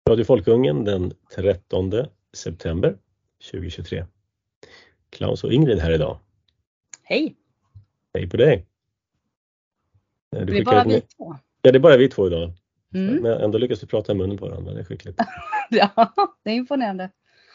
Radio Folkungen den 13 september 2023. Claes och Ingrid här idag. Hej! Hej på dig! Det är bara vi två. Ja, det är bara vi två idag. Mm. Men ändå lyckas vi prata i munnen på varandra, det är skickligt. Ja, det är imponerande.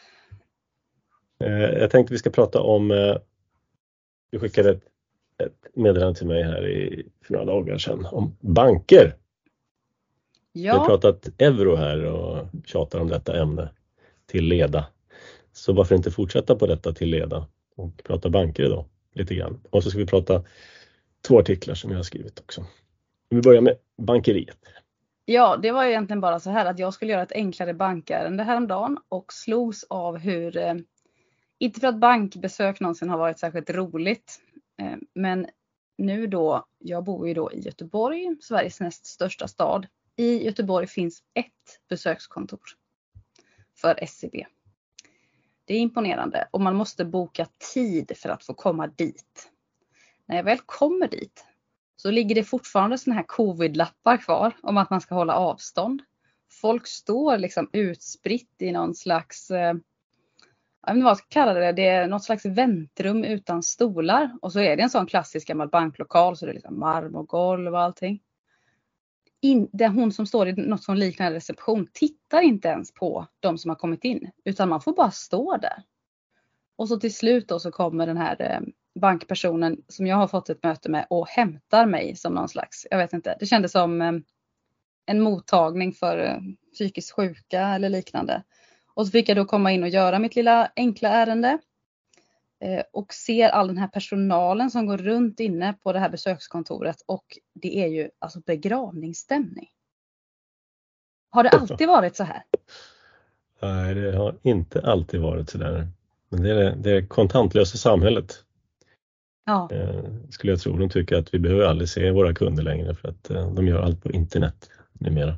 Jag tänkte vi ska prata om, du skickade ett meddelande till mig här för några dagar sedan om banker. Ja. Vi har pratat euro här och tjatar om detta ämne till leda. Så varför inte fortsätta på detta till leda och prata banker idag lite grann. Och så ska vi prata 2 artiklar som jag har skrivit också. Vi börjar med bankeriet. Ja, det var egentligen bara så här att jag skulle göra ett enklare bankärende häromdagen och slogs av hur, inte för att bankbesök någonsin har varit särskilt roligt, men nu då, jag bor ju då i Göteborg, Sveriges näst största stad. I Göteborg finns ett besökskontor för SEB. Det är imponerande och man måste boka tid för att få komma dit. När jag väl kommer dit så ligger det fortfarande såna här covid-lappar kvar om att man ska hålla avstånd. Folk står liksom utspritt i någon slags, jag vet inte vad jag ska kalla det, det är något slags väntrum utan stolar. Och så är det en sån klassisk gammal banklokal så det är liksom marmorgolv och allting. Hon som står i något som liknar reception tittar inte ens på de som har kommit in. Utan man får bara stå där. Och så till slut då så kommer den här bankpersonen som jag har fått ett möte med och hämtar mig som någon slags, jag vet inte. Det kändes som en mottagning för psykiskt sjuka eller liknande. Och så fick jag då komma in och göra mitt lilla enkla ärende. Och ser all den här personalen som går runt inne på det här besökskontoret. Och det är ju alltså begravningsstämning. Har det alltid varit så här? Nej, det har inte alltid varit så där. Men det är kontantlösa samhället. Ja. Skulle jag tro. De tycker att vi behöver aldrig se våra kunder längre för att de gör allt på internet numera.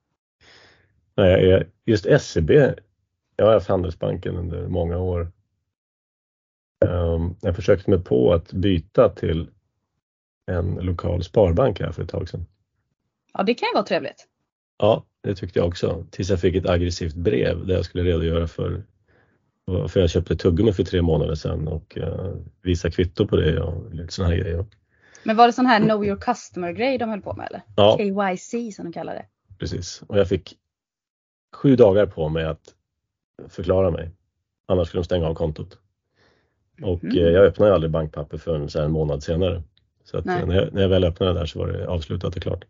Nej, just SEB, jag har haft Handelsbanken under många år. Jag försökte mig på att byta till en lokal sparbank här för ett tag sedan. Ja, det kan ju vara trevligt. Ja, det tyckte jag också. Tills jag fick ett aggressivt brev där jag skulle redogöra för jag köpte tuggummi för 3 månader sedan och visa kvitto på det och lite såna här grejer. Men var det sån här know your customer grej de höll på med eller? Ja. KYC som de kallar det. Precis. Och jag fick 7 dagar på mig att förklara mig. Annars skulle de stänga av kontot. Och jag öppnade aldrig bankpapper förrän så här en månad senare. Så att när jag väl öppnade där så var det avslutat och klart.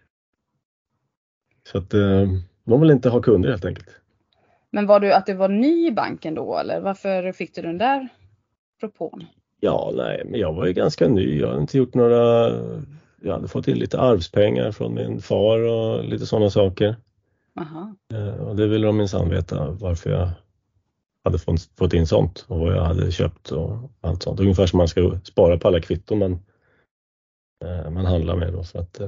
Så att de vill inte ha kunder helt enkelt. Men var du att du var ny i banken då eller varför fick du den där propån? Ja, nej, men jag var ju ganska ny. Jag hade inte gjort jag hade fått in lite arvspengar från min far och lite sådana saker. Aha. Och det ville de minsann veta varför jag hade fått in sånt och vad jag hade köpt och allt sånt. Ungefär som man ska spara på alla kvitton man handlar med då för att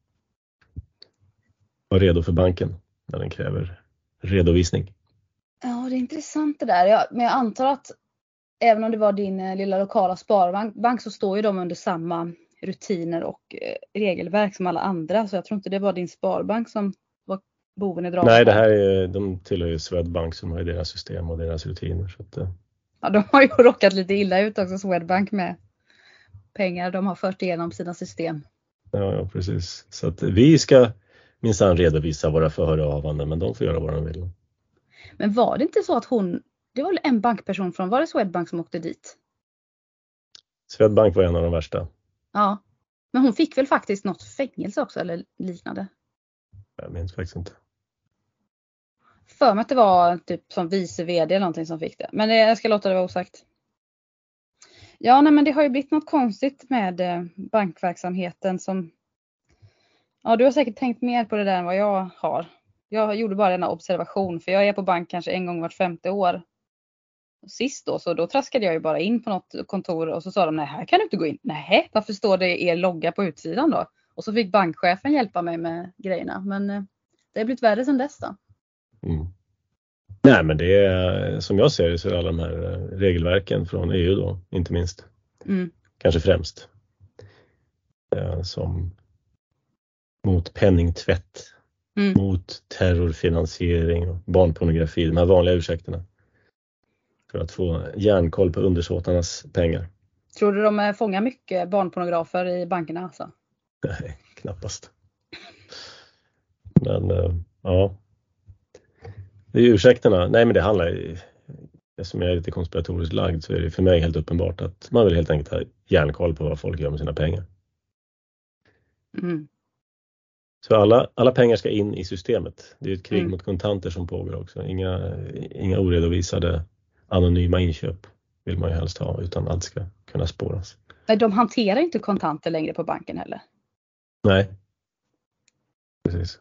vara redo för banken när den kräver redovisning. Ja, det är intressant det där. Men jag antar att även om det var din lilla lokala sparbank så står ju de under samma rutiner och regelverk som alla andra. Så jag tror inte det var din sparbank som var boven i dramat. Nej, de tillhör ju Swedbank som har deras system och deras rutiner. Så att, ja, de har ju råkat lite illa ut också, Swedbank, med pengar de har fört igenom sina system. Ja, precis. Så att vi ska minsann redovisa våra förehavanden, men de får göra vad de vill. Men var det inte så att det var en bankperson från, var det Swedbank som åkte dit? Swedbank var en av de värsta. Ja, men hon fick väl faktiskt något fängelse också eller liknande? Jag minns faktiskt inte. För mig att det var typ som vice vd eller någonting som fick det. Men jag ska låta det vara osagt. Ja, nej, men det har ju blivit något konstigt med bankverksamheten som... Ja, du har säkert tänkt mer på det där än vad jag har. Jag gjorde bara en observation för jag är på bank kanske en gång vart 5:e år. Sist då, så då traskade jag ju bara in på något kontor och så sa de, nej här kan du inte gå in. Nej, varför står det er logga på utsidan då? Och så fick bankchefen hjälpa mig med grejerna. Men det har blivit värre sedan dess då. Mm. Nej, men det är som jag ser det så är alla de här regelverken från EU då, inte minst. Kanske främst. Som mot penningtvätt mot terrorfinansiering och barnpornografi, de här vanliga ursäkterna. För att få järnkoll på undersåtarnas pengar. Tror du de fångar mycket barnpornografer i bankerna alltså? Nej, knappast. Men ja. Det är ursäkterna. Nej, men det handlar ju, eftersom jag är lite konspiratoriskt lagd så är det för mig helt uppenbart att man vill helt enkelt ha järnkoll på vad folk gör med sina pengar. Så alla pengar ska in i systemet. Det är ett krig mot kontanter som pågår också. Inga oredovisade anonyma inköp vill man ju helst ha, utan allt ska kunna spåras. Nej, de hanterar inte kontanter längre på banken heller. Nej, precis.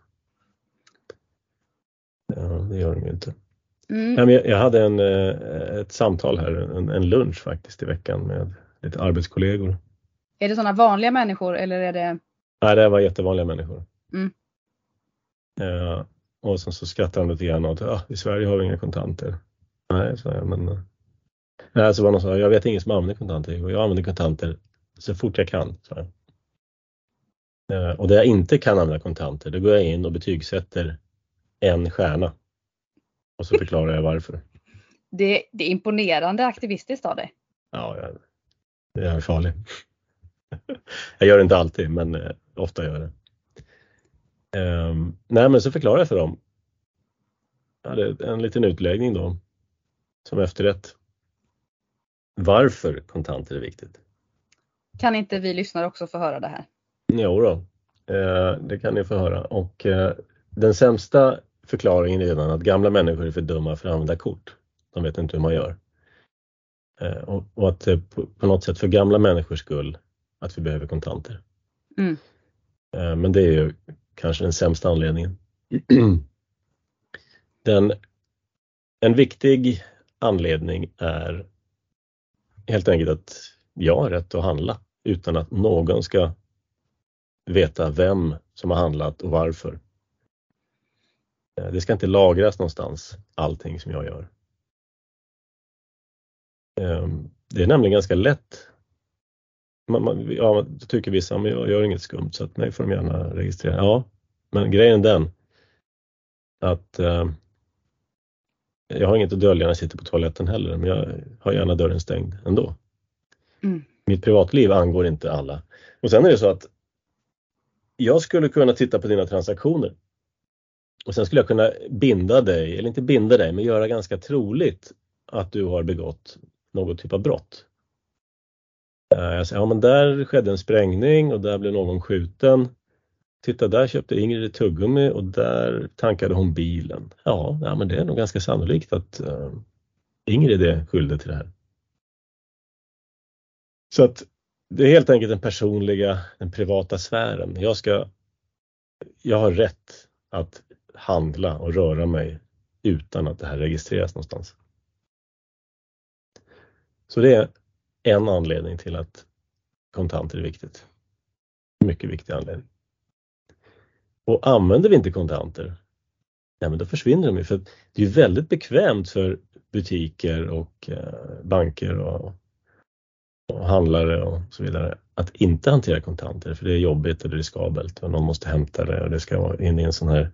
Ja, det gör de ju inte. Jag hade ett samtal här, en lunch faktiskt i veckan med lite arbetskollegor. Är det sådana vanliga människor eller är det? Nej, det var jättevanliga människor. Och så skrattar de lite grann åt i Sverige har vi inga kontanter. Nej, sa jag, men så var någon sa, jag vet ingen som använder kontanter och jag använder kontanter så fort jag kan. Så. Och där jag inte kan använda kontanter, då går jag in och betygsätter 1 stjärna. Och så förklarar jag varför. Det är imponerande aktivistiskt av dig. Ja, det är farligt. Jag gör det inte alltid, men ofta gör jag det. Nej, men så förklarar jag för dem. Jag hade en liten utläggning då. Som efterrätt. Varför kontanter är viktigt. Kan inte vi lyssnare också få höra det här? Jo då. Det kan ni få höra. Och den sämsta förklaringen är redan att gamla människor är för dumma för att använda kort. De vet inte hur man gör. Och att på något sätt för gamla människors skull att vi behöver kontanter. Men det är ju kanske den sämsta anledningen. En viktig anledning är helt enkelt att jag har rätt att handla utan att någon ska veta vem som har handlat och varför. Det ska inte lagras någonstans, allting som jag gör. Det är nämligen ganska lätt. Då tycker vissa att jag gör inget skumt så att mig får de gärna registrera. Ja, men grejen är den att jag har inget att dölja när jag sitter på toaletten heller, men jag har gärna dörren stängd ändå. Mitt privatliv angår inte alla. Och sen är det så att jag skulle kunna titta på dina transaktioner och sen skulle jag kunna binda dig, eller inte binda dig, men göra ganska troligt att du har begått någon typ av brott. Jag säger, men där skedde en sprängning och där blev någon skjuten. Titta, där köpte Ingrid ett tuggummi och där tankade hon bilen. Ja, men det är nog ganska sannolikt att Ingrid är skyldig till det här. Så att det är helt enkelt den privata sfären. Jag har rätt att handla och röra mig utan att det här registreras någonstans. Så det är en anledning till att kontanter är viktigt. Mycket viktig anledning. Och använder vi inte kontanter, men då försvinner de ju. För det är väldigt bekvämt för butiker och banker och handlare och så vidare att inte hantera kontanter. För det är jobbigt och det är riskabelt och någon måste hämta det och det ska vara in i en sån här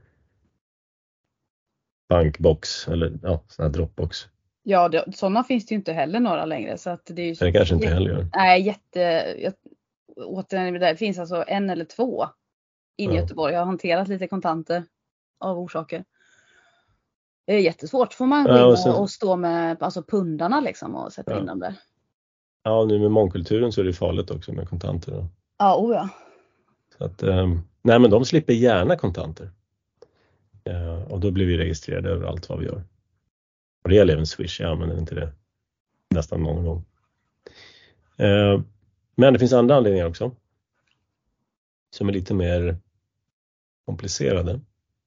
bankbox eller sån här dropbox. Ja, sådana finns det ju inte heller några längre. Så att det är ju det kanske inte heller gör. Nej, det finns alltså 1 eller 2 in i Göteborg. Jag har hanterat lite kontanter av orsaker. Det är jättesvårt. Får man gå in och stå med pundarna liksom och sätta in dem där. Ja, nu med mångkulturen så är det farligt också med kontanter. Då. Ja. Så att, nej, men de slipper gärna kontanter. Och då blir vi registrerade över allt vad vi gör. Och det gäller även Swish, jag använder inte det nästan någon gång. Men det finns andra anledningar också. Som är lite mer komplicerade.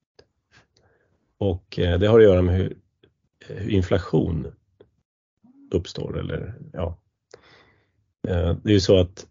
Och det har att göra med hur inflation uppstår. Eller, det är ju så att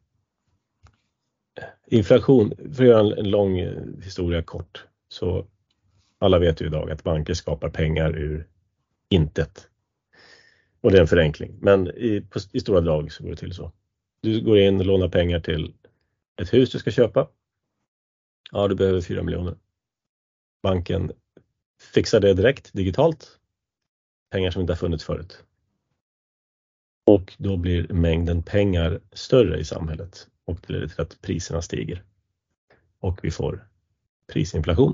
inflation, för att göra en lång historia kort, så alla vet ju idag att banker skapar pengar ur intet. Och det är en förenkling. Men i stora drag så går det till så. Du går in och lånar pengar till ett hus du ska köpa. Ja, du behöver 4 miljoner. Banken fixar det direkt digitalt. Pengar som inte har funnits förut. Och då blir mängden pengar större i samhället. Och det leder till att priserna stiger. Och vi får prisinflation.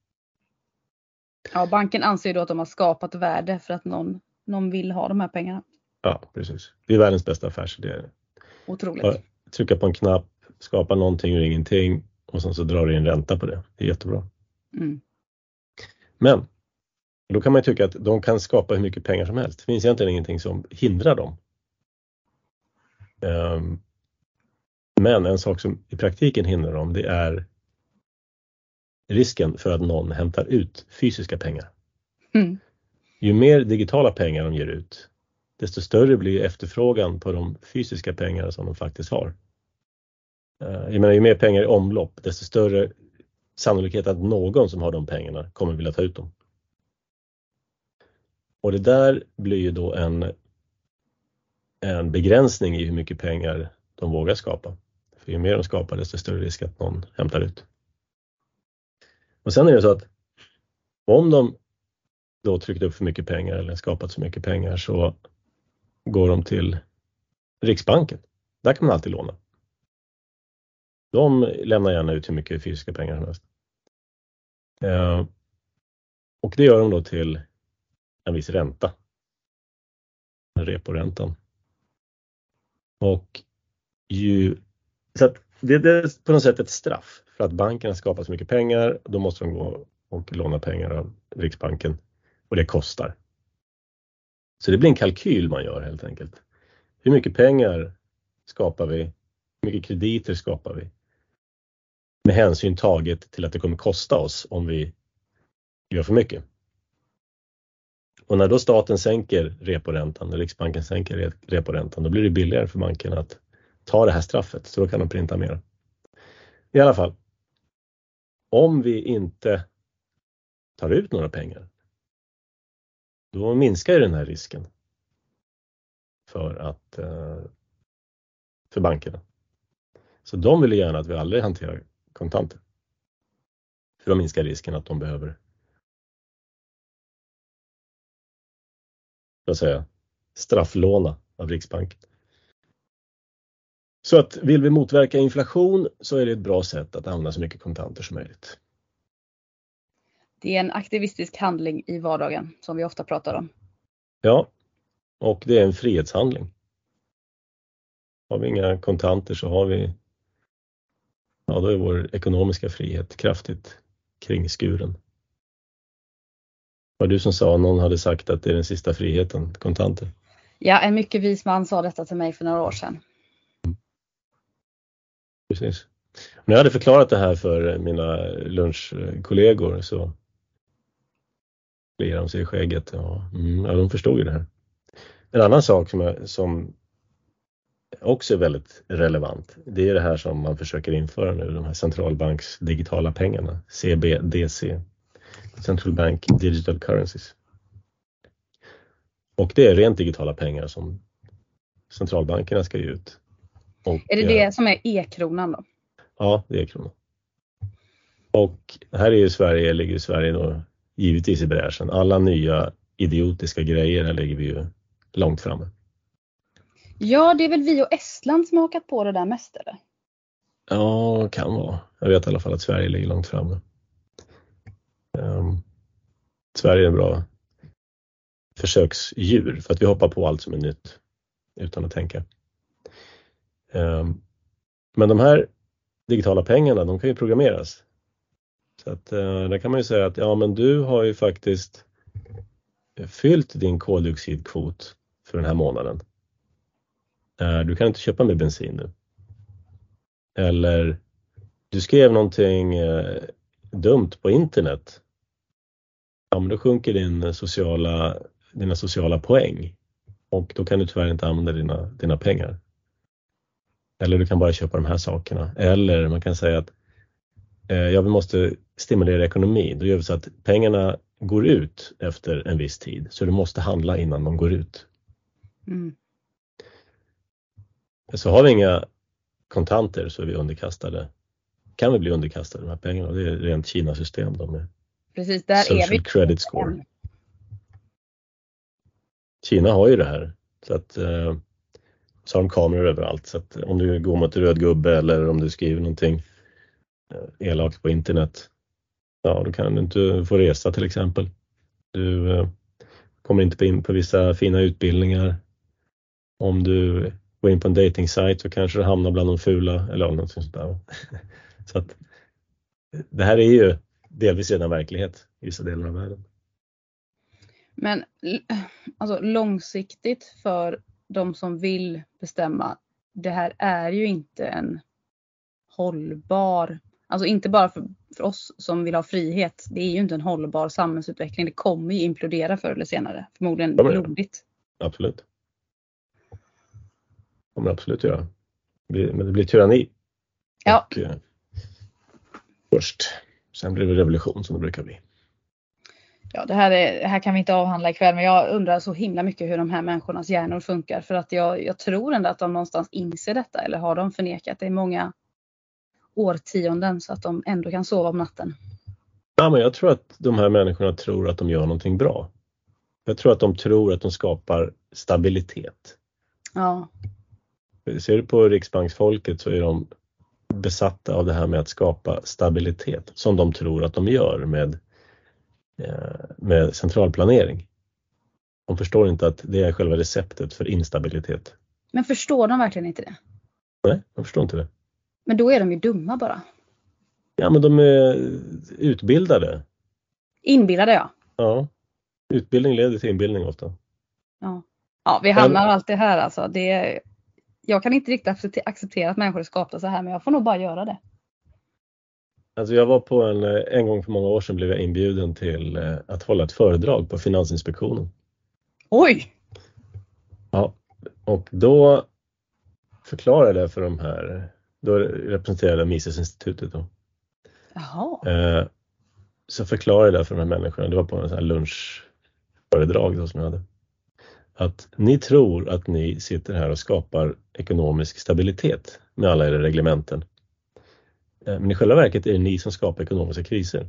Ja, banken anser ju då att de har skapat värde för att någon vill ha de här pengarna. Ja, precis. Det är världens bästa affärsidé. Otroligt. Trycka på en knapp, skapa någonting ur ingenting och sen så drar du in ränta på det. Det är jättebra. Mm. Men då kan man ju tycka att de kan skapa hur mycket pengar som helst. Det finns egentligen ingenting som hindrar dem. Men en sak som i praktiken hindrar dem, det är risken för att någon hämtar ut fysiska pengar. Mm. Ju mer digitala pengar de ger ut, desto större blir efterfrågan på de fysiska pengar som de faktiskt har. Jag menar, ju mer pengar i omlopp, desto större sannolikhet att någon som har de pengarna kommer vilja ta ut dem. Och det där blir ju då en begränsning i hur mycket pengar de vågar skapa. För ju mer de skapar, desto större risk att någon hämtar ut. Och sen är det så att om de då tryckt upp för mycket pengar eller skapat så mycket pengar, så går de till Riksbanken. Där kan man alltid låna. De lämnar gärna ut hur mycket fysiska pengar som helst. Och det gör de då till en viss ränta. Reporäntan. Och så att det är på något sätt ett straff för att banken har skapat så mycket pengar. Då måste de gå och låna pengar av Riksbanken. Och det kostar. Så det blir en kalkyl man gör helt enkelt. Hur mycket pengar skapar vi? Hur mycket krediter skapar vi? Med hänsyn taget till att det kommer kosta oss om vi gör för mycket. Och när då staten sänker reporäntan, när Riksbanken sänker reporäntan, då blir det billigare för banken att ta det här straffet. Så då kan de printa mer. I alla fall, om vi inte tar ut några pengar, då minskar ju den här risken för bankerna. Så de vill gärna att vi aldrig hanterar kontanter. För de minskar risken att de behöver strafflåna av Riksbanken. Så att vill vi motverka inflation, så är det ett bra sätt att använda så mycket kontanter som möjligt. Det är en aktivistisk handling i vardagen som vi ofta pratar om. Ja, och det är en frihetshandling. Har vi inga kontanter så har vi, då är vår ekonomiska frihet kraftigt kringskuren. Var du som sa, någon hade sagt att det är den sista friheten, kontanter? Ja, en mycket vis man sa detta till mig för några år sedan. Precis. När jag hade förklarat det här för mina lunchkollegor så kliar de sig i skägget. Ja, de förstod ju det här. En annan sak som också är väldigt relevant, det är det här som man försöker införa nu, de här centralbanks digitala pengarna, CBDC, Central Bank Digital Currencies. Och det är rent digitala pengar som centralbankerna ska ge ut. Och, är det som är e-kronan då? Ja, det är e-kronan. Och här ligger Sverige då givetvis i bräschen. Alla nya idiotiska grejer, här ligger vi ju långt framme. Ja, det är väl vi och Estland som har hakat på det där mest, eller? Ja, kan vara. Jag vet i alla fall att Sverige ligger långt framme. Sverige är en bra försöksdjur för att vi hoppar på allt som är nytt utan att tänka. Men de här digitala pengarna, de kan ju programmeras. Så att där kan man ju säga att men du har ju faktiskt fyllt din koldioxidkvot för den här månaden. Du kan inte köpa mer bensin nu. Eller du skrev någonting dumt på internet. Ja, men då sjunker dina sociala poäng. Och då kan du tyvärr inte använda dina pengar. Eller du kan bara köpa de här sakerna. Eller man kan säga att vi måste stimulera ekonomin. Då gör vi så att pengarna går ut efter en viss tid. Så du måste handla innan de går ut. Mm. Så har vi inga kontanter så är vi underkastade. Kan vi bli underkastade de här pengarna. Det är rent Kina-system de är Precis, där är social vi. credit score. Kina har ju det här. Så att så har de kameror överallt. Så att om du går mot röd gubbe eller om du skriver någonting elakt på internet. Ja, då kan du inte få resa till exempel. Du kommer inte in på vissa fina utbildningar. Om du går in på en dating-sajt så kanske du hamnar bland de fula eller något sånt där. Så att det här är ju delvis redan verklighet i vissa delar av världen. Men alltså, långsiktigt för de som vill bestämma, det här är ju inte en hållbar, alltså inte bara för oss som vill ha frihet, det är ju inte en hållbar samhällsutveckling. Det kommer ju implodera förr eller senare, förmodligen blodigt. Absolut. Det kommer absolut göra. Men det blir tyranni. Ja. Och, först. Sen blir det revolution som det brukar bli. Ja, det här kan vi inte avhandla ikväll, men jag undrar så himla mycket hur de här människornas hjärnor funkar. För att jag tror ändå att de någonstans inser detta, eller har de förnekat det i många årtionden så att de ändå kan sova om natten. Ja, men jag tror att de här människorna tror att de gör någonting bra. Jag tror att de tror att de skapar stabilitet. Ja. Ser du på riksbanksfolket så är de besatta av det här med att skapa stabilitet. Som de tror att de gör med centralplanering. De förstår inte att det är själva receptet för instabilitet. Men förstår de verkligen inte det? Nej, de förstår inte det. Men då är de ju dumma bara. Ja, men de är utbildade. Inbillade, ja. Ja, utbildning leder till inbildning ofta. Ja, vi hamnar alltid här alltså. Jag kan inte riktigt acceptera att människor är skapta så här, men jag får nog bara göra det. Alltså jag var på en gång för många år sedan blev jag inbjuden till att hålla ett föredrag på Finansinspektionen. Oj! Ja, och då förklarade jag för de här, då representerade Mises-institutet då. Jaha. Så förklarade jag för de här människorna, det var på en sån här lunchföredrag då som jag hade. Att ni tror att ni sitter här och skapar ekonomisk stabilitet med alla era reglementen. Men i själva verket är det ni som skapar ekonomiska kriser.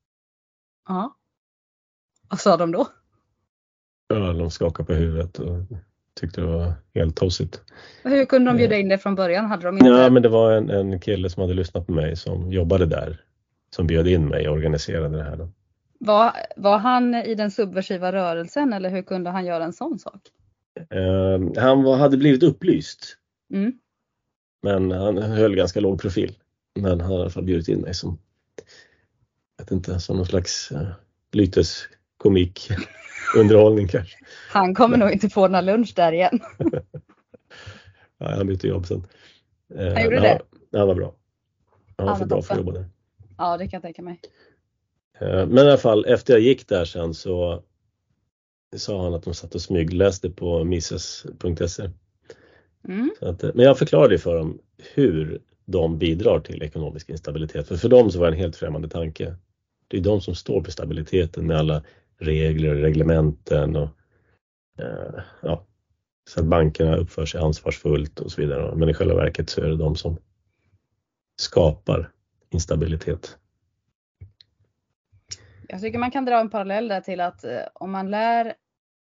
Ja. Vad sa de då? Ja, de skakade på huvudet och tyckte det var helt tossigt. Hur kunde de bjuda in det från början? Hade de inte... Ja, men det var en kille som hade lyssnat på mig som jobbade där. Som bjöd in mig och organiserade det här då. Var han i den subversiva rörelsen eller hur kunde han göra en sån sak? Han hade blivit upplyst. Mm. Men han höll ganska låg profil. Men han hade i alla fall bjudit in mig som, jag vet inte, som någon slags lyteskomik underhållning kanske. Han kommer nog inte få någon lunch där igen. Ja, han bytte jobb sen. Han gjorde det? Han var bra. Han var för bra för att jobba där. Ja, det kan jag tänka mig. Men i alla fall, efter jag gick där sen så sa han att de satt och smygläste på mises.se. Mm. Men jag förklarade för dem hur de bidrar till ekonomisk instabilitet. För dem så var det en helt främmande tanke. Det är de som står för stabiliteten med alla regler och reglementen. Och, så att bankerna uppför sig ansvarsfullt och så vidare. Men i själva verket så är det de som skapar instabilitet. Jag tycker man kan dra en parallell där till att om man lär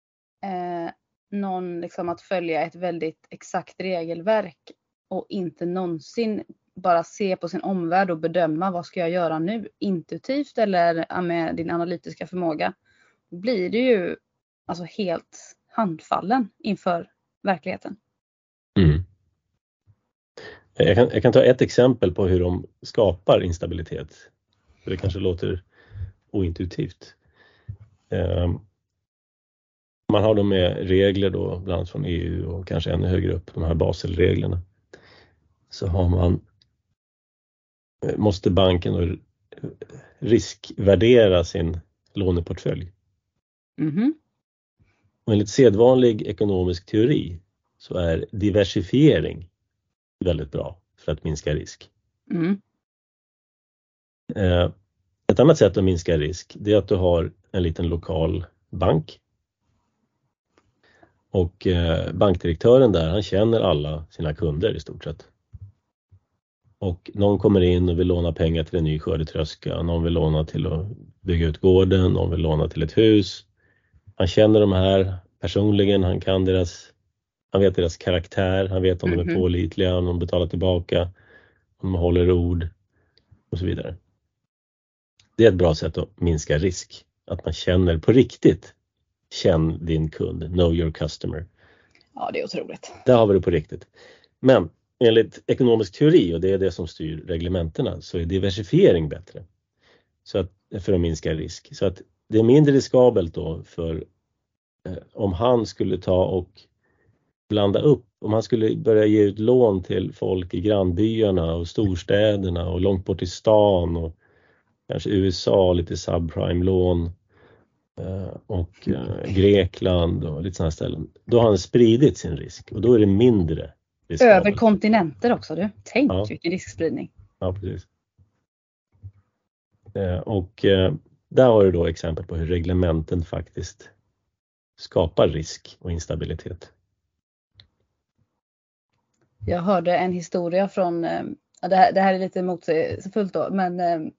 någon liksom att följa ett väldigt exakt regelverk och inte någonsin bara se på sin omvärld och bedöma vad ska jag göra nu intuitivt eller med din analytiska förmåga, då blir det ju alltså helt handfallen inför verkligheten. Mm. Jag kan ta ett exempel på hur de skapar instabilitet. För det kanske låter ointuitivt. Man har då med regler då, bland annat från EU och kanske ännu högre upp, de här Baselreglerna. Så måste banken då riskvärdera sin låneportfölj. Mm-hmm. Och enligt sedvanlig ekonomisk teori så är diversifiering väldigt bra för att minska risk. Mm. Ett annat sätt att minska risk, det är att du har en liten lokal bank. Och bankdirektören där, han känner alla sina kunder i stort sett. Och någon kommer in och vill låna pengar till en ny skördetröska. Någon vill låna till att bygga ut gården. Någon vill låna till ett hus. Han känner de här personligen. Han vet deras karaktär. Han vet om de är pålitliga. Om de betalar tillbaka. Om de håller ord. Och så vidare. Det är ett bra sätt att minska risk. Att man känner på riktigt. Känn din kund. Know your customer. Ja, det är otroligt. Där har vi det på riktigt. Men enligt ekonomisk teori, och det är det som styr reglementerna, så är diversifiering bättre. För att minska risk. Så att det är mindre riskabelt då för om han skulle ta och blanda upp. Om han skulle börja ge ut lån till folk i grannbyarna och storstäderna och långt bort i stan och kanske USA, lite subprime-lån och Grekland och lite sådana ställen. Då har han spridit sin risk och då är det mindre riskabelt. Över kontinenter också du. Tänk vilken riskspridning. Ja, precis. Och där har du då exempel på hur reglementen faktiskt skapar risk och instabilitet. Jag hörde en historia från, det här är lite motsägelsefullt då, men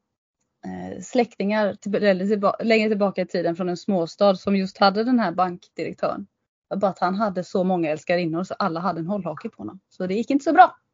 släktingar längre tillbaka i tiden från en småstad som just hade den här bankdirektören. Bara att han hade så många älskarinnor så alla hade en hållhake på honom. Så det gick inte så bra.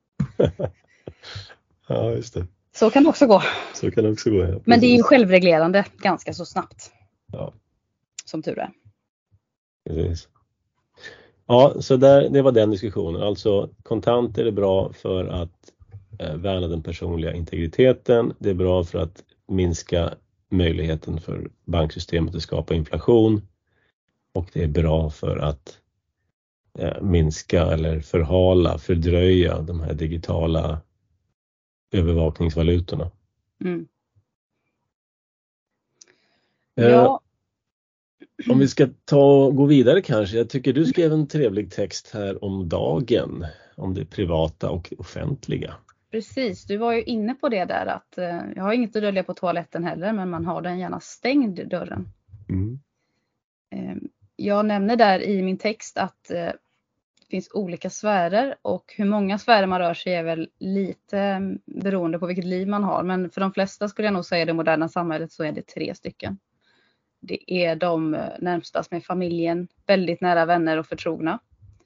Ja, just det. Så kan det också gå. Så kan det också gå, ja. Men det är ju självreglerande ganska så snabbt. Ja. Som tur är. Precis. Ja, så det var den diskussionen. Alltså kontanter är bra för att värna den personliga integriteten. Det är bra för att minska möjligheten för banksystemet att skapa inflation. Och det är bra för att minska eller fördröja de här digitala övervakningsvalutorna. Mm. Ja. Om vi ska gå vidare kanske. Jag tycker du skrev en trevlig text här om dagen. Om det privata och offentliga. Precis, du var ju inne på det där att jag har inget att dölja på toaletten heller, men man har den gärna stängd dörren. Mm. Jag nämner där i min text att det finns olika sfärer och hur många sfärer man rör sig är väl lite beroende på vilket liv man har. Men för de flesta skulle jag nog säga i det moderna samhället så är det 3 stycken. Det är de närmsta med familjen, väldigt nära vänner och förtrogna.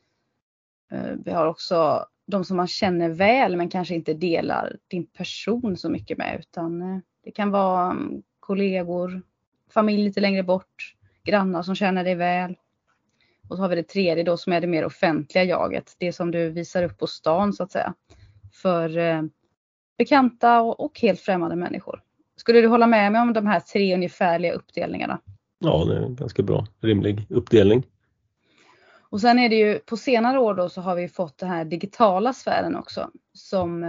Vi har också de som man känner väl men kanske inte delar din person så mycket med. Utan det kan vara kollegor, familj lite längre bort, grannar som känner dig väl. Och så har vi det 3:e då som är det mer offentliga jaget. Det som du visar upp på stan så att säga. För bekanta och helt främmande människor. Skulle du hålla med mig om de här 3 ungefärliga uppdelningarna? Ja, det är en ganska bra, rimlig uppdelning. Och sen är det ju på senare år då så har vi fått den här digitala sfären också. Som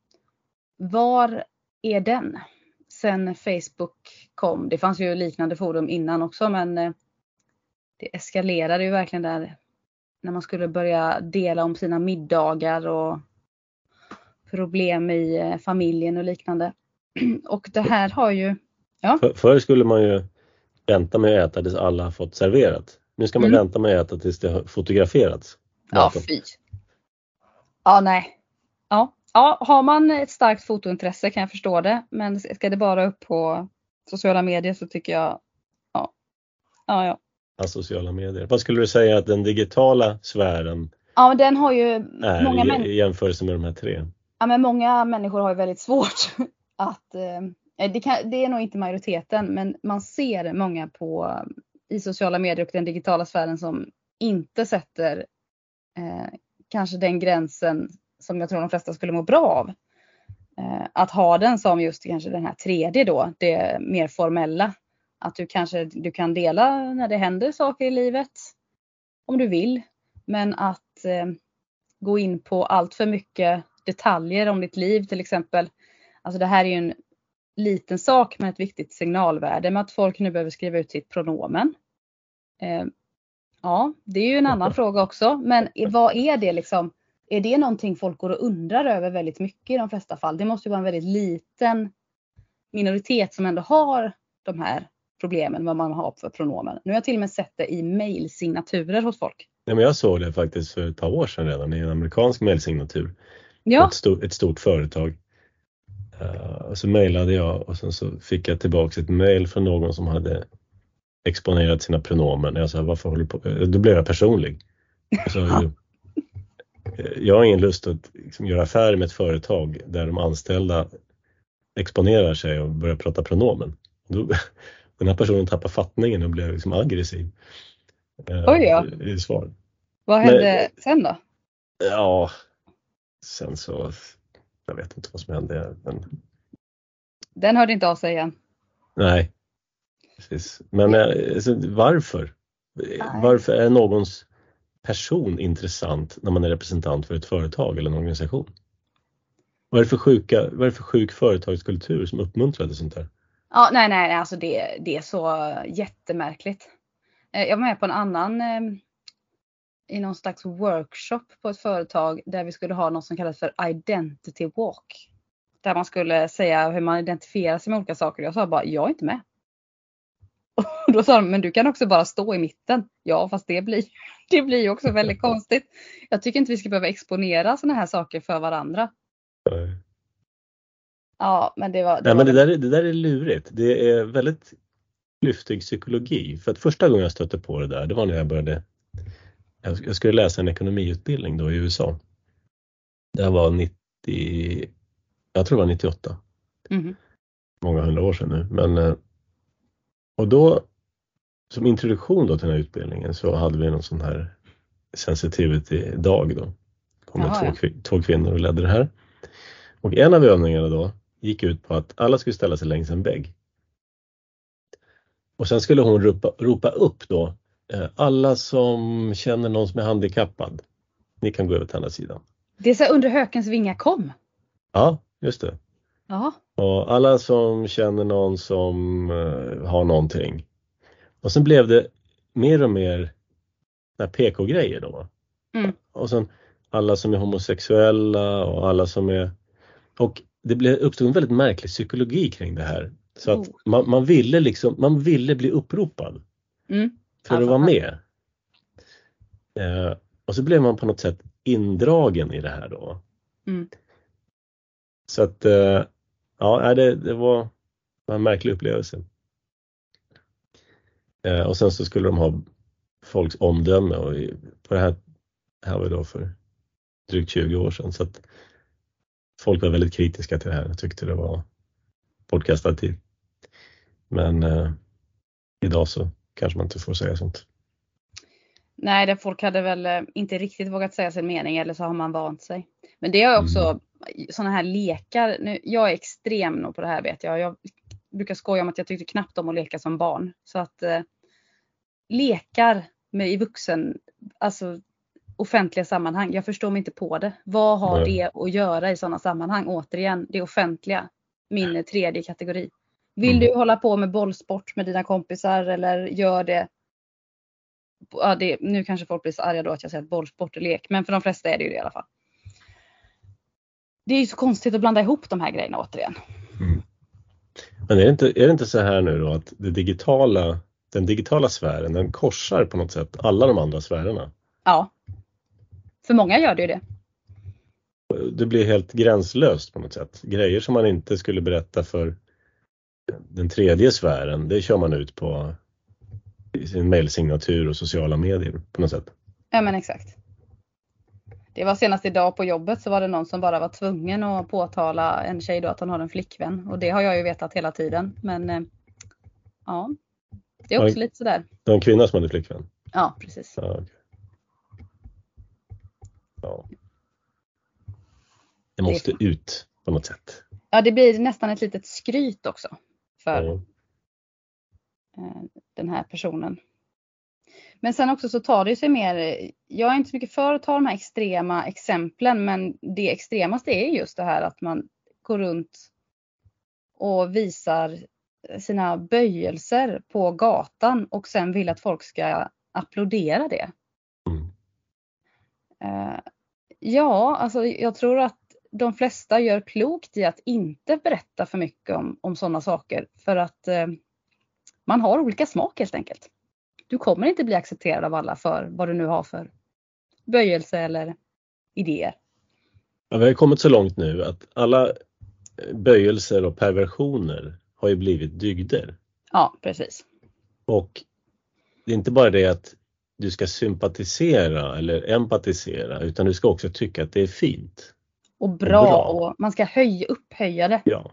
var är den? Sen Facebook kom. Det fanns ju liknande forum innan också men det eskalerade ju verkligen där när man skulle börja dela om sina middagar och problem i familjen och liknande. Och det här har ju... Ja. Förr skulle man ju vänta med att äta tills alla har fått serverat. Nu ska man vänta med att äta tills det har fotograferats. Ja, fy. Ja, nej. Ja, har man ett starkt fotointresse kan jag förstå det. Men ska det bara upp på sociala medier så tycker jag... Ja. Sociala medier. Vad skulle du säga att den digitala sfären men den har ju i jämförelse med de här 3? Ja, men många människor har ju väldigt svårt att... Det är nog inte majoriteten, men man ser många i sociala medier och den digitala sfären som inte sätter kanske den gränsen som jag tror de flesta skulle må bra av. Att ha den som just kanske den här 3:e då, det mer formella. Att du kan dela när det händer saker i livet om du vill. Men att gå in på allt för mycket detaljer om ditt liv till exempel. Alltså det här är ju en liten sak men ett viktigt signalvärde med att folk nu behöver skriva ut sitt pronomen. Ja, det är ju en annan fråga också. Men vad är det liksom? Är det någonting folk går och undrar över väldigt mycket i de flesta fall? Det måste ju vara en väldigt liten minoritet som ändå har de här problemen vad man har för pronomen. Nu har jag till och med sett det i mejlsignaturer hos folk. Nej, men jag såg det faktiskt för ett par år sedan redan i en amerikansk mejlsignatur. Ja. Ett stort företag. Och så mejlade jag och sen så fick jag tillbaka ett mejl från någon som hade exponerat sina pronomen. Jag sa, varför håller du på? Då blev jag personlig. Jag sa, jag har ingen lust att liksom göra affärer med ett företag där de anställda exponerar sig och börjar prata pronomen. Den här personen tappar fattningen och blev liksom aggressiv. Oj ja. I svar. Vad hände sen då? Ja, sen så, jag vet inte vad som hände. Men... Den hörde inte av sig igen. Nej, precis. Men alltså, varför? Nej. Varför är någons person intressant när man är representant för ett företag eller en organisation? Vad är det för sjuk företagskultur som uppmuntrar det sånt där? Ja, nej, alltså det är så jättemärkligt. Jag var med på en annan i någon slags workshop på ett företag där vi skulle ha något som kallas för identity walk. Där man skulle säga hur man identifierar sig med olika saker. Jag sa bara, jag är inte med. Och då sa de, men du kan också bara stå i mitten. Ja, fast det blir ju också väldigt konstigt. Jag tycker inte vi ska behöva exponera såna här saker för varandra. Nej. Ja, men det var... Men det där är lurigt. Det är väldigt lyftig psykologi. För att första gången jag stötte på det där, det var när jag skulle läsa en ekonomiutbildning då i USA. Det var jag tror det var 98. Mm. Många 100 år sedan nu. Men, och då, som introduktion då till den här utbildningen så hade vi någon sån här sensitivity-dag då. Kom två kvinnor och ledde det här. Och en av övningarna då gick ut på att alla skulle ställa sig längs en vägg. Och sen skulle hon ropa upp då. Alla som känner någon som är handikappad. Ni kan gå över till andra sidan. Det är så under hökens vingar kom. Ja, just det. Ja. Och alla som känner någon som har någonting. Och sen blev det mer och mer PK-grejer då. Mm. Och sen alla som är homosexuella och alla som är... Och det uppstod en väldigt märklig psykologi kring det här. Så att man ville bli uppropad. För att vara med. Och så blev man på något sätt indragen i det här då. Mm. Så att det var en märklig upplevelse. Och sen så skulle de ha folks omdöme och på det här var då för drygt 20 år sedan. Så att folk var väldigt kritiska till det här och tyckte det var bortkastad tid. Men idag så kanske man inte får säga sånt. Nej, det folk hade väl inte riktigt vågat säga sin mening eller så har man vant sig. Men det är också såna här lekar. Nu, jag är extrem nog på det här vet jag. Jag brukar skoja om att jag tyckte knappt om att leka som barn. Så att lekar i vuxen, alltså offentliga sammanhang. Jag förstår mig inte på det. Vad har det att göra i sådana sammanhang? Återigen, det offentliga. Min tredje kategori. Vill du hålla på med bollsport med dina kompisar eller gör det? Ja, nu kanske folk blir så arga då att jag säger att bollsport är lek. Men för de flesta är det ju det i alla fall. Det är ju så konstigt att blanda ihop de här grejerna återigen. Men är det inte så här nu då att den digitala sfären den korsar på något sätt alla de andra sfärerna? Ja. För många gör det ju det. Det blir helt gränslöst på något sätt. Grejer som man inte skulle berätta för den tredje sfären, det kör man ut på sin mailsignatur och sociala medier på något sätt. Ja men exakt. Det var senast idag på jobbet så var det någon som bara var tvungen att påtala en tjej då att hon har en flickvän. Och det har jag ju vetat hela tiden. Men ja, det är också lite sådär. Det var en kvinna som hade flickvän? Ja, precis. Ja, okay. Ja. Det måste ut på något sätt. Ja, det blir nästan ett litet skryt också för den här personen. Men sen också så tar det sig mer, jag är inte så mycket för att ta de här extrema exemplen, men det extremaste är just det här att man går runt och visar sina böjelser på gatan och sen vill att folk ska applådera det. Ja, alltså jag tror att de flesta gör klokt i att inte berätta för mycket om sådana saker för att man har olika smak helt enkelt. Du kommer inte bli accepterad av alla för vad du nu har för böjelse eller idéer. Ja, vi har kommit så långt nu att alla böjelser och perversioner har ju blivit dygder. Ja, precis. Och det är inte bara det att du ska sympatisera eller empatisera, utan du ska också tycka att det är fint. Och bra. Och man ska upphöja det. Ja.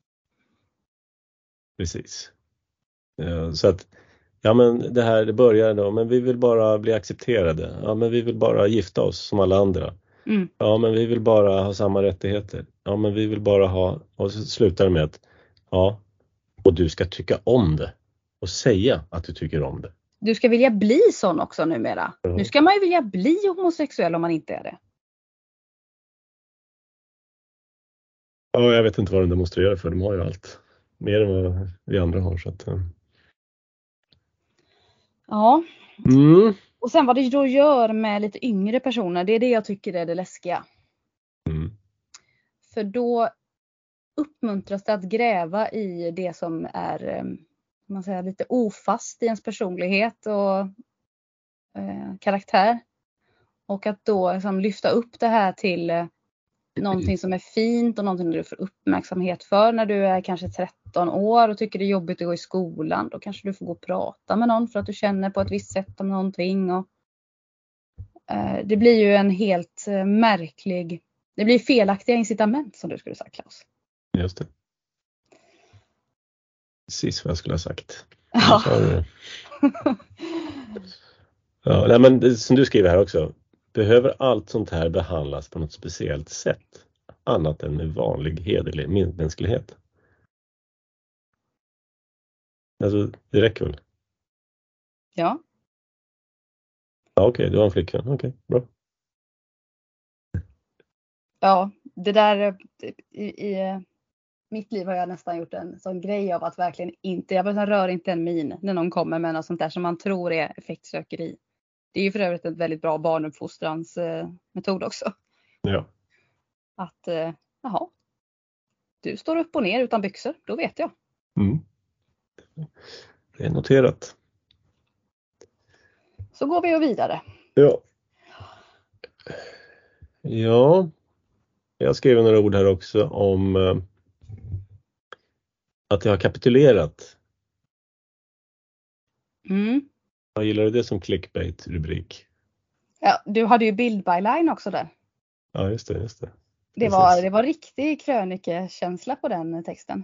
Precis. Så att, ja men det börjar då, men vi vill bara bli accepterade. Ja men vi vill bara gifta oss som alla andra. Mm. Ja men vi vill bara ha samma rättigheter. Ja men vi vill bara ha, och så slutar det med att, ja, och du ska tycka om det. Och säga att du tycker om det. Du ska vilja bli sån också numera. Nu ska man ju vilja bli homosexuell om man inte är det. Ja, jag vet inte vad de demonstrerar för. De har ju allt. Mer än vad vi andra har. Så att, Ja. Mm. Och sen vad det då gör med lite yngre personer. Det är det jag tycker är det läskiga. Mm. För då uppmuntras det att gräva i det som är man säger, lite ofast i ens personlighet och karaktär. Och att då liksom, lyfta upp det här till någonting som är fint och någonting du får uppmärksamhet för när du är kanske 13 år och tycker det är jobbigt att gå i skolan. Då kanske du får gå och prata med någon för att du känner på ett visst sätt om någonting. Och, det blir ju en helt märklig, det blir felaktiga incitament som du skulle säga, Claes. Just det. Precis vad jag skulle ha sagt. Ja. Ja, nej, men det, som du skriver här också. Behöver allt sånt här behandlas på något speciellt sätt? Annat än med vanlig hederlig mänsklighet. Alltså, det räcker väl? Ja. Ja, okej, du har en flickvän. Okej, bra. Ja, det där i mitt liv har jag nästan gjort en sån grej av att verkligen inte, jag rör inte en min när någon kommer med något sånt där som man tror är effektsökeri. Det är ju för övrigt en väldigt bra barnuppfostrans metod också. Ja. Att, jaha, du står upp och ner utan byxor, då vet jag. Mm. Det är noterat. Så går vi vidare. Ja. Ja. Jag skrev några ord här också om att jag har kapitulerat. Mm. Jag gillar det som clickbait-rubrik. Ja, du hade ju bildbyline också där. Ja, just det. Det var riktig krönikekänsla på den texten.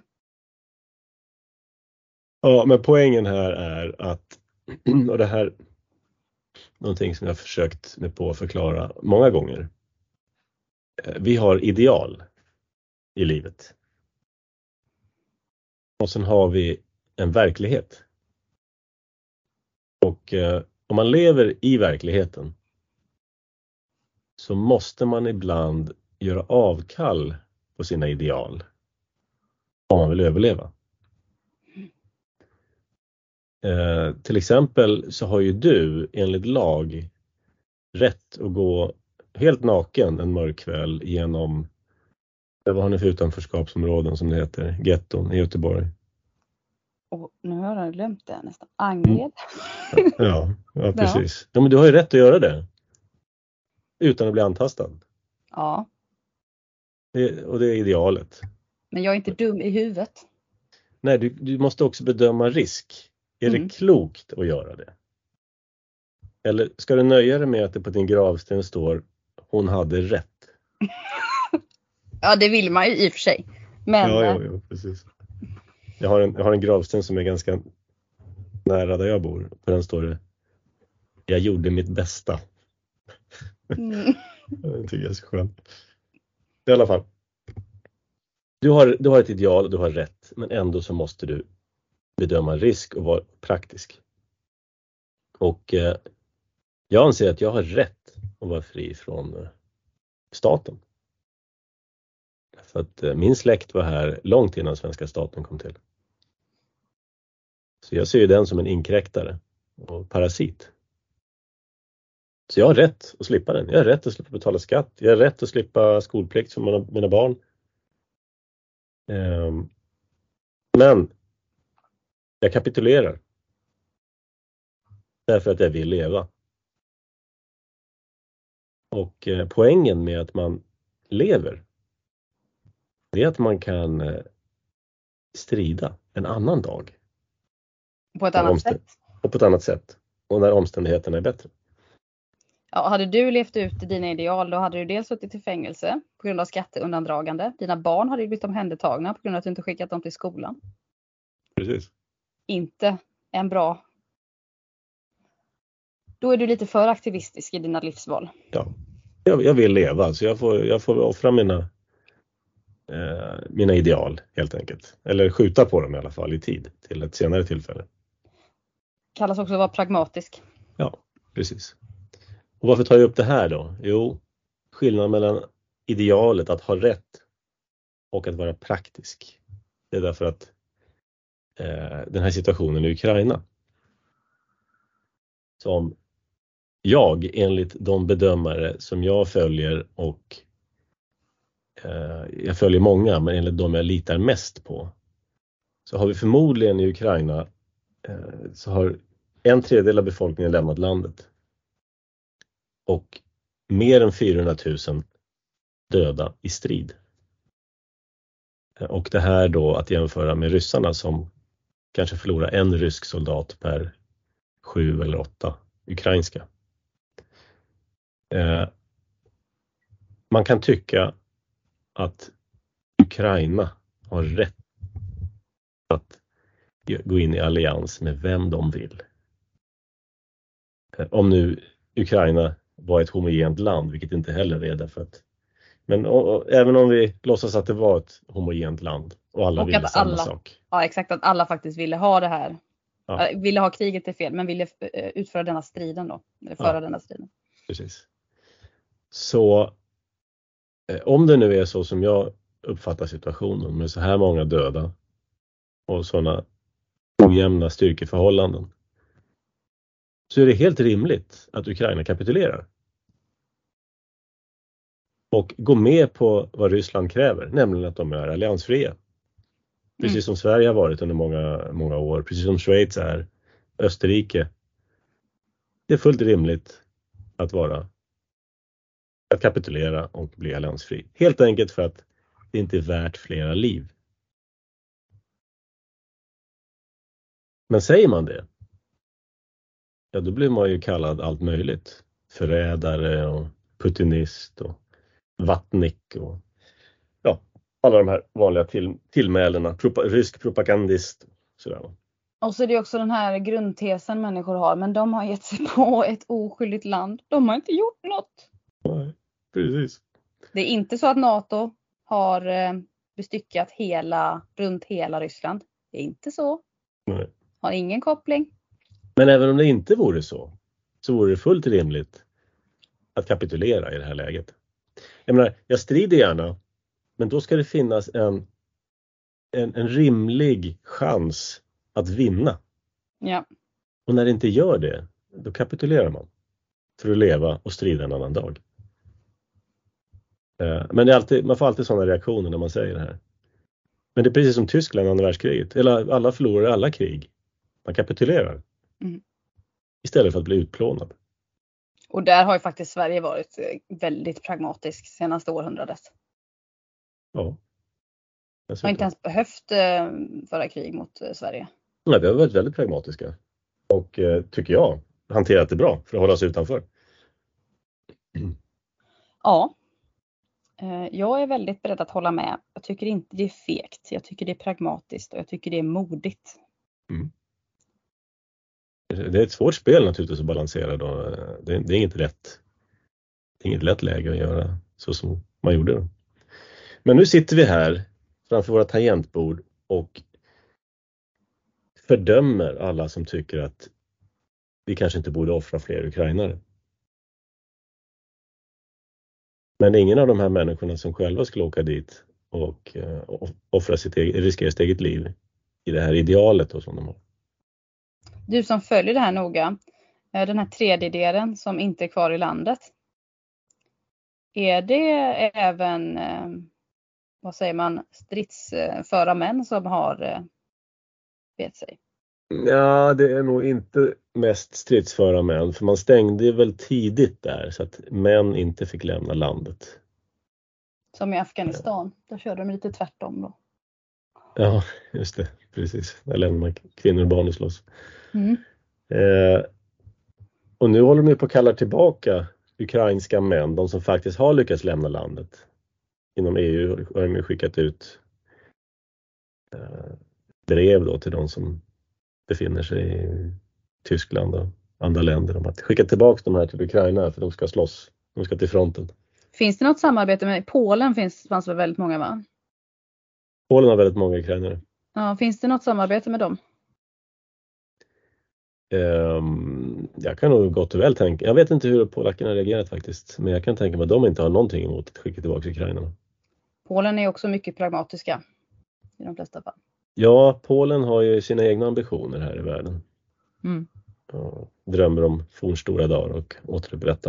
Ja, men poängen här är att, och det här någonting som jag har försökt mig på att förklara många gånger. Vi har ideal i livet. Och sen har vi en verklighet. Och om man lever i verkligheten så måste man ibland göra avkall på sina ideal om man vill överleva. Till exempel så har ju du enligt lag rätt att gå helt naken en mörk kväll genom, vad har ni för utanförskapsområden som det heter, getton i Göteborg. Och nu har jag glömt det nästan. Angered. Ja, precis. Ja, men du har ju rätt att göra det. Utan att bli antastad. Ja. Och det är idealet. Men jag är inte dum i huvudet. Nej, du måste också bedöma risk. Är det klokt att göra det? Eller ska du nöja dig med att det på din gravsten står hon hade rätt? Ja, det vill man ju i och för sig. Men... Ja, precis. Jag har en gravsten som är ganska nära där jag bor. På den står det: jag gjorde mitt bästa. Det tycker jag är så skönt. I alla fall. Du har ett ideal och du har rätt. Men ändå så måste du bedöma risk och vara praktisk. Och jag anser att jag har rätt att vara fri från staten. För att min släkt var här långt innan svenska staten kom till. Så jag ser ju den som en inkräktare och parasit. Så jag har rätt att slippa den. Jag har rätt att slippa betala skatt. Jag har rätt att slippa skolplikt för mina barn. Men jag kapitulerar. Därför att jag vill leva. Och poängen med att man lever, det är att man kan strida en annan dag. På ett annat sätt. Och på ett annat sätt. Och när omständigheterna är bättre. Ja, hade du levt ut dina ideal, då hade du dels suttit i fängelse på grund av skatteundandragande. Dina barn hade blivit omhändertagna på grund av att du inte skickat dem till skolan. Precis. Inte en bra. Då är du lite för aktivistisk i dina livsval. Ja, jag vill leva, så jag får offra mina ideal helt enkelt. Eller skjuta på dem i alla fall i tid till ett senare tillfälle. Kallas också att vara pragmatisk. Ja, precis. Och varför tar jag upp det här då? Jo, skillnaden mellan idealet att ha rätt och att vara praktisk. Det är därför att den här situationen i Ukraina, som jag enligt de bedömare som jag följer, och jag följer många, men enligt de jag litar mest på, så har vi förmodligen i Ukraina så har 1/3 av befolkningen lämnat landet. Och mer än 400 000 döda i strid. Och det här då att jämföra med ryssarna som kanske förlorar en rysk soldat per 7 eller 8 ukrainska. Man kan tycka att Ukraina har rätt att gå in i allians med vem de vill. Om nu Ukraina var ett homogent land, vilket inte heller är därför att. Men även om vi låtsas att det var ett homogent land och alla ville samma sak. Ja, exakt, att alla faktiskt ville ha det här. Ja. Ville ha kriget är fel, men ville utföra denna striden då. Eller föra denna striden. Precis. Så om det nu är så som jag uppfattar situationen, med så här många döda och sådana ojämna styrkeförhållanden, så är det helt rimligt att Ukraina kapitulerar. Och går med på vad Ryssland kräver, nämligen att de är alliansfria. Precis som Sverige har varit under många, många år, precis som Schweiz är, Österrike. Det är fullt rimligt att kapitulera och bli alliansfri. Helt enkelt för att det inte är värt flera liv. Men säger man det, ja, då blir man ju kallad allt möjligt. Förrädare och putinist och vattnick och ja, alla de här vanliga tillmälena. Rysk propagandist. Sådär. Och så är det också den här grundtesen människor har. Men de har gett sig på ett oskyldigt land. De har inte gjort något. Nej, precis. Det är inte så att NATO har bestyckat runt hela Ryssland. Det är inte så. Nej. Har ingen koppling. Men även om det inte vore så vore det fullt rimligt att kapitulera i det här läget. Jag menar, jag strider gärna, men då ska det finnas en rimlig chans att vinna. Ja. Och när det inte gör det, då kapitulerar man för att leva och strida en annan dag. Men man får alltid sådana reaktioner när man säger det här. Men det är precis som Tyskland andra världskriget. Eller alla förlorar alla krig. Man kapitulerar. Istället för att bli utplånad. Och där har ju faktiskt Sverige varit väldigt pragmatisk senaste århundradet. Ja. Har inte ens behövt föra krig mot Sverige. Nej, vi har varit väldigt pragmatiska. Och tycker jag hanterat det bra för att hålla oss utanför. Ja. Jag är väldigt beredd att hålla med. Jag tycker inte det är fegt. Jag tycker det är pragmatiskt och jag tycker det är modigt. Det är ett svårt spel naturligtvis att balansera då. Det är inget rätt. Det är inget lätt läge att göra så som man gjorde då. Men nu sitter vi här framför våra tangentbord och fördömer alla som tycker att vi kanske inte borde offra fler ukrainare. Men ingen av de här människorna som själva skulle åka dit och riskera sitt eget liv i det här idealet och som de har. Du som följer det här noga, den här tredjedelen som inte är kvar i landet. Är det även, vad säger man, stridsföra män som har vet sig? Ja, det är nog inte mest stridsföra män. För man stängde väl tidigt där så att män inte fick lämna landet. Som i Afghanistan. Där körde de lite tvärtom då. Ja, just det. Precis. Där lämnar man kvinnor och barn och slåss. Mm. Och nu håller de ju på att kalla tillbaka ukrainska män. De som faktiskt har lyckats lämna landet. Inom EU har de ju skickat ut brev då till de som befinner sig i Tyskland och andra länder om att skicka tillbaka de här till Ukraina för de ska slåss. De ska till fronten. Finns det något samarbete med Polen? Fanns väl väldigt många, va? Polen har väldigt många ukrainare. Ja, finns det något samarbete med dem? Jag kan nog gott och väl tänka. Jag vet inte hur polackerna har reagerat faktiskt. Men jag kan tänka mig att de inte har någonting emot att skicka tillbaka ukrainarna. Polen är också mycket pragmatiska i de flesta fall. Ja, Polen har ju sina egna ambitioner här i världen. Mm. Och drömmer om fornstora dagar och återupprätta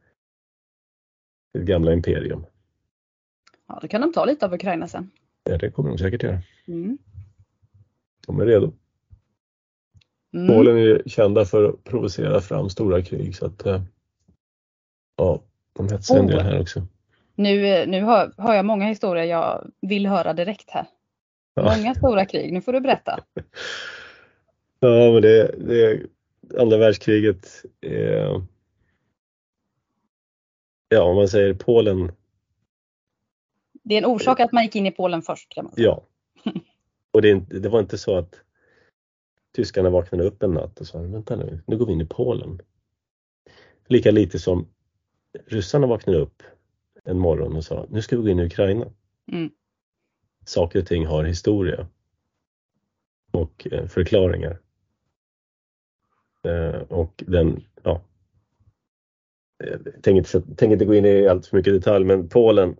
ett gamla imperium. Ja, då kan de ta lite av Ukraina sen. Ja, det kommer de säkert göra. Mm. De är redo. Mm. Polen är ju kända för att provocera fram stora krig så att ja, de hetsar en del här också. Nu har jag många historier jag vill höra direkt här. Ja. Många stora krig, nu får du berätta. Ja, men det andra världskriget ja, om man säger Polen. Det är en orsak att man gick in i Polen först, kan man säga. Ja. Och det var inte så att tyskarna vaknade upp en natt och sa, vänta nu går vi in i Polen. Lika lite som ryssarna vaknade upp en morgon och sa, nu ska vi gå in i Ukraina. Mm. Saker och ting har historia och förklaringar. Och den, ja. Jag tänker inte gå in i allt för mycket detalj, men Polen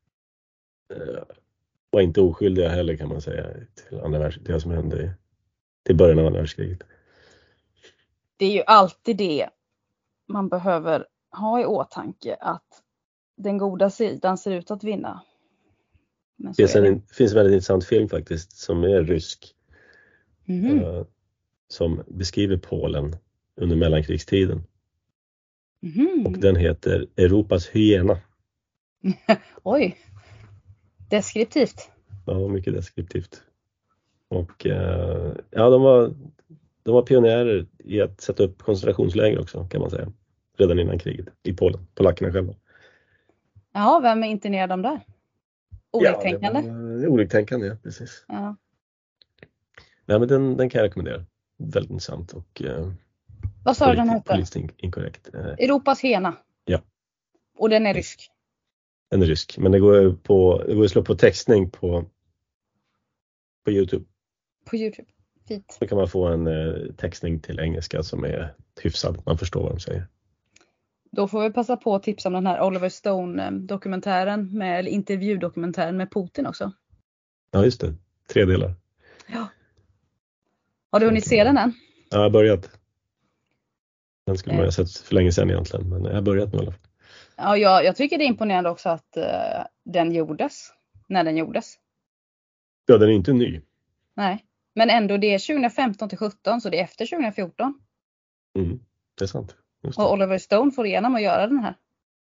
var inte oskyldiga heller, kan man säga, till det som hände till början av andra världskriget. Det är ju alltid det man behöver ha i åtanke, att den goda sidan ser ut att vinna. Men Det finns en väldigt intressant film faktiskt som är rysk. Mm-hmm. Som beskriver Polen under mellankrigstiden. Mm-hmm. Och den heter Europas hyena. Oj, deskriptivt. Ja, mycket deskriptivt. Och ja, de var pionjärer i att sätta upp koncentrationsläger också, kan man säga. Redan innan kriget i Polen, polackerna själva. Ja, vem är internerad de där? Oliktänkande? Ja, oliktänkande, ja, precis. Ja. Ja, men den kan jag rekommendera. Väldigt intressant och vad sa du den hette? Politiskt inkorrekt. Europas hyena? Ja. Och den är rysk? Den är rysk, men det går att slå på textning på YouTube. På YouTube, fint. Så kan man få en textning till engelska som är hyfsad. Man förstår vad de säger. Då får vi passa på att tipsa om den här Oliver Stone-dokumentären, eller intervjudokumentären med Putin också. Ja, just det. 3 delar. Ja. Har du hunnit se den än? Ja, jag har börjat. Den skulle man ha sett för länge sedan egentligen, men jag har börjat nu i alla fall. Ja, jag tycker det är imponerande också att den gjordes, när den gjordes. Ja, den är inte ny. Nej, men ändå det är 2015 till 17, så det är efter 2014. Mm, det är sant. Just det. Och Oliver Stone får igenom att göra den här.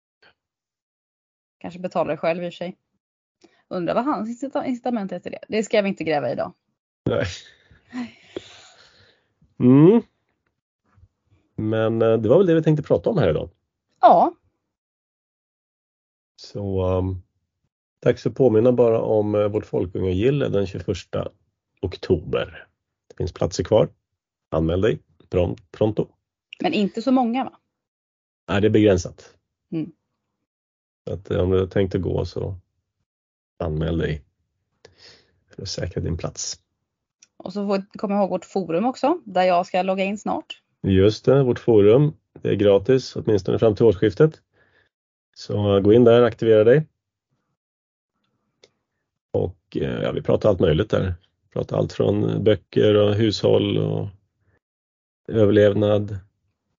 Kanske betalar det själv i och för sig. Undrar vad hans incitament är till det. Det ska vi inte gräva i idag. Nej. Mm. Men det var väl det vi tänkte prata om här idag. Ja. Så tack för påminna bara om vårt folkungagille den 21 oktober. Det finns platser kvar. Anmäl dig pronto. Men inte så många, va? Nej, det är begränsat. Mm. Så att om du har tänkt att gå så anmäl dig för att säkra din plats. Och så kommer jag ihåg vårt forum också, där jag ska logga in snart. Just det, vårt forum. Det är gratis, åtminstone fram till årsskiftet. Så gå in där, aktivera dig. Och ja, vi pratar allt möjligt där. Vi pratar allt från böcker och hushåll och överlevnad.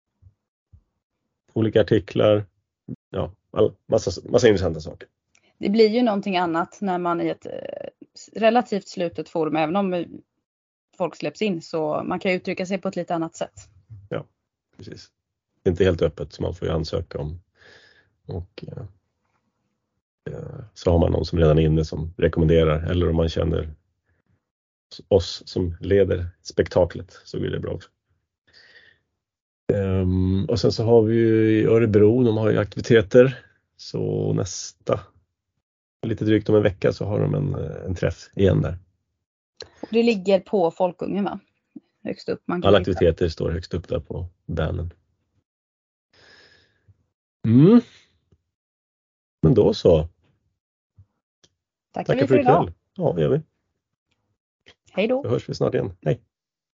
Olika artiklar. Ja, massa intressanta saker. Det blir ju någonting annat när man i ett relativt slutet forum, även om folk släpps in, så man kan uttrycka sig på ett lite annat sätt. Ja, precis. Det är inte helt öppet, så man får ju ansöka om. Och så har man någon som redan är inne som rekommenderar, eller om man känner oss som leder spektaklet så blir det bra också. Och sen så har vi ju i Örebro, de har ju aktiviteter, så lite drygt om en vecka så har de en träff igen där. Det ligger på Folkungen, va? Högst upp. Alla aktiviteter står högst upp där på bannen. Men då så. Tackar vi för idag. Ja, det gör vi. Hej då. Då hörs vi snart igen. Hej.